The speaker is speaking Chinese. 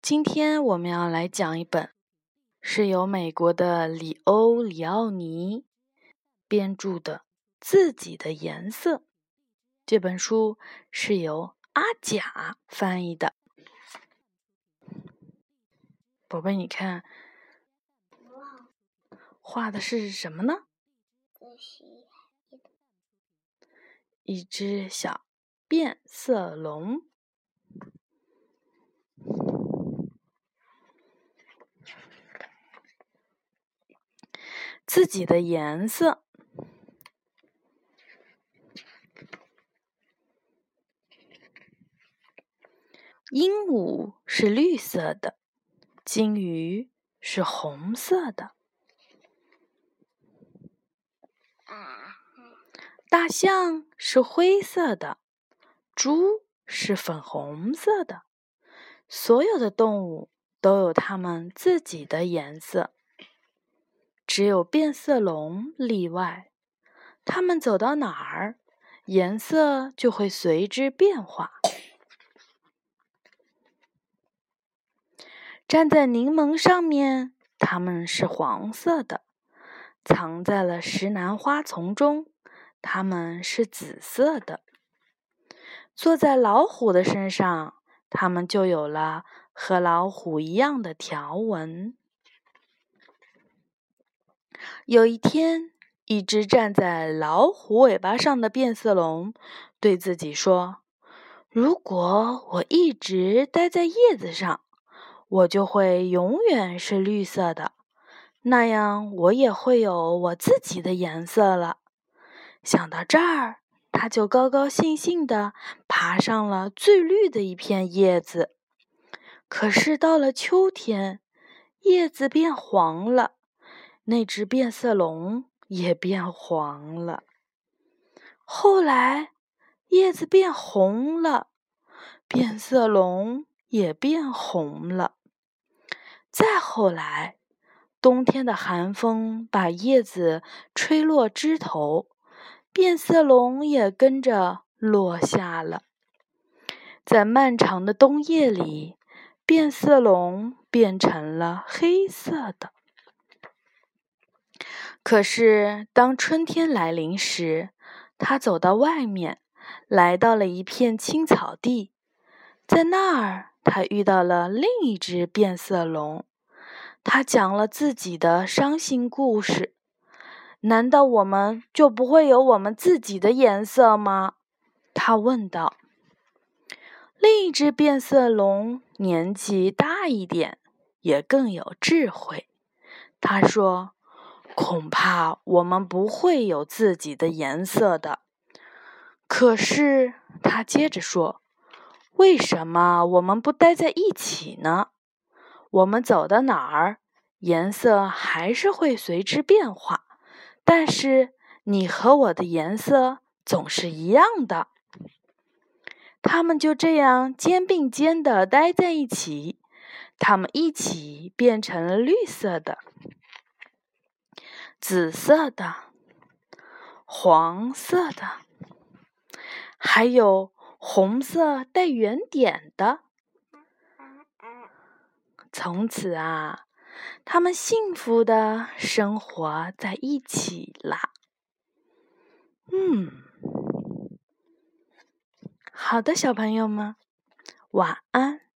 今天我们要来讲一本是由美国的里欧·里奥尼编著的《自己的颜色》。这本书是由阿甲翻译的。宝贝，你看，画的是什么呢？一只小变色龙。自己的颜色。鹦鹉是绿色的，金鱼是红色的，大象是灰色的，猪是粉红色的。所有的动物都有它们自己的颜色，只有变色龙例外。它们走到哪儿，颜色就会随之变化。站在柠檬上面，它们是黄色的；藏在了石楠花丛中，它们是紫色的；坐在老虎的身上，它们就有了和老虎一样的条纹。有一天，一只站在老虎尾巴上的变色龙对自己说：“如果我一直待在叶子上，我就会永远是绿色的，那样我也会有我自己的颜色了。”想到这儿，他就高高兴兴地爬上了最绿的一片叶子。可是到了秋天，叶子变黄了，那只变色龙也变黄了。后来，叶子变红了，变色龙也变红了。再后来，冬天的寒风把叶子吹落枝头，变色龙也跟着落下了。在漫长的冬夜里，变色龙变成了黑色的。可是当春天来临时，它走到外面，来到了一片青草地。在那儿，它遇到了另一只变色龙。它讲了自己的伤心故事。难道我们就不会有我们自己的颜色吗？他问道。另一只变色龙年纪大一点，也更有智慧。他说：“恐怕我们不会有自己的颜色的。”可是，他接着说：“为什么我们不待在一起呢？我们走到哪儿，颜色还是会随之变化，但是你和我的颜色总是一样的。”他们就这样肩并肩地待在一起，他们一起变成了绿色的、紫色的、黄色的，还有红色带圆点的。从此啊，他们幸福地生活在一起啦。好的，小朋友们，晚安。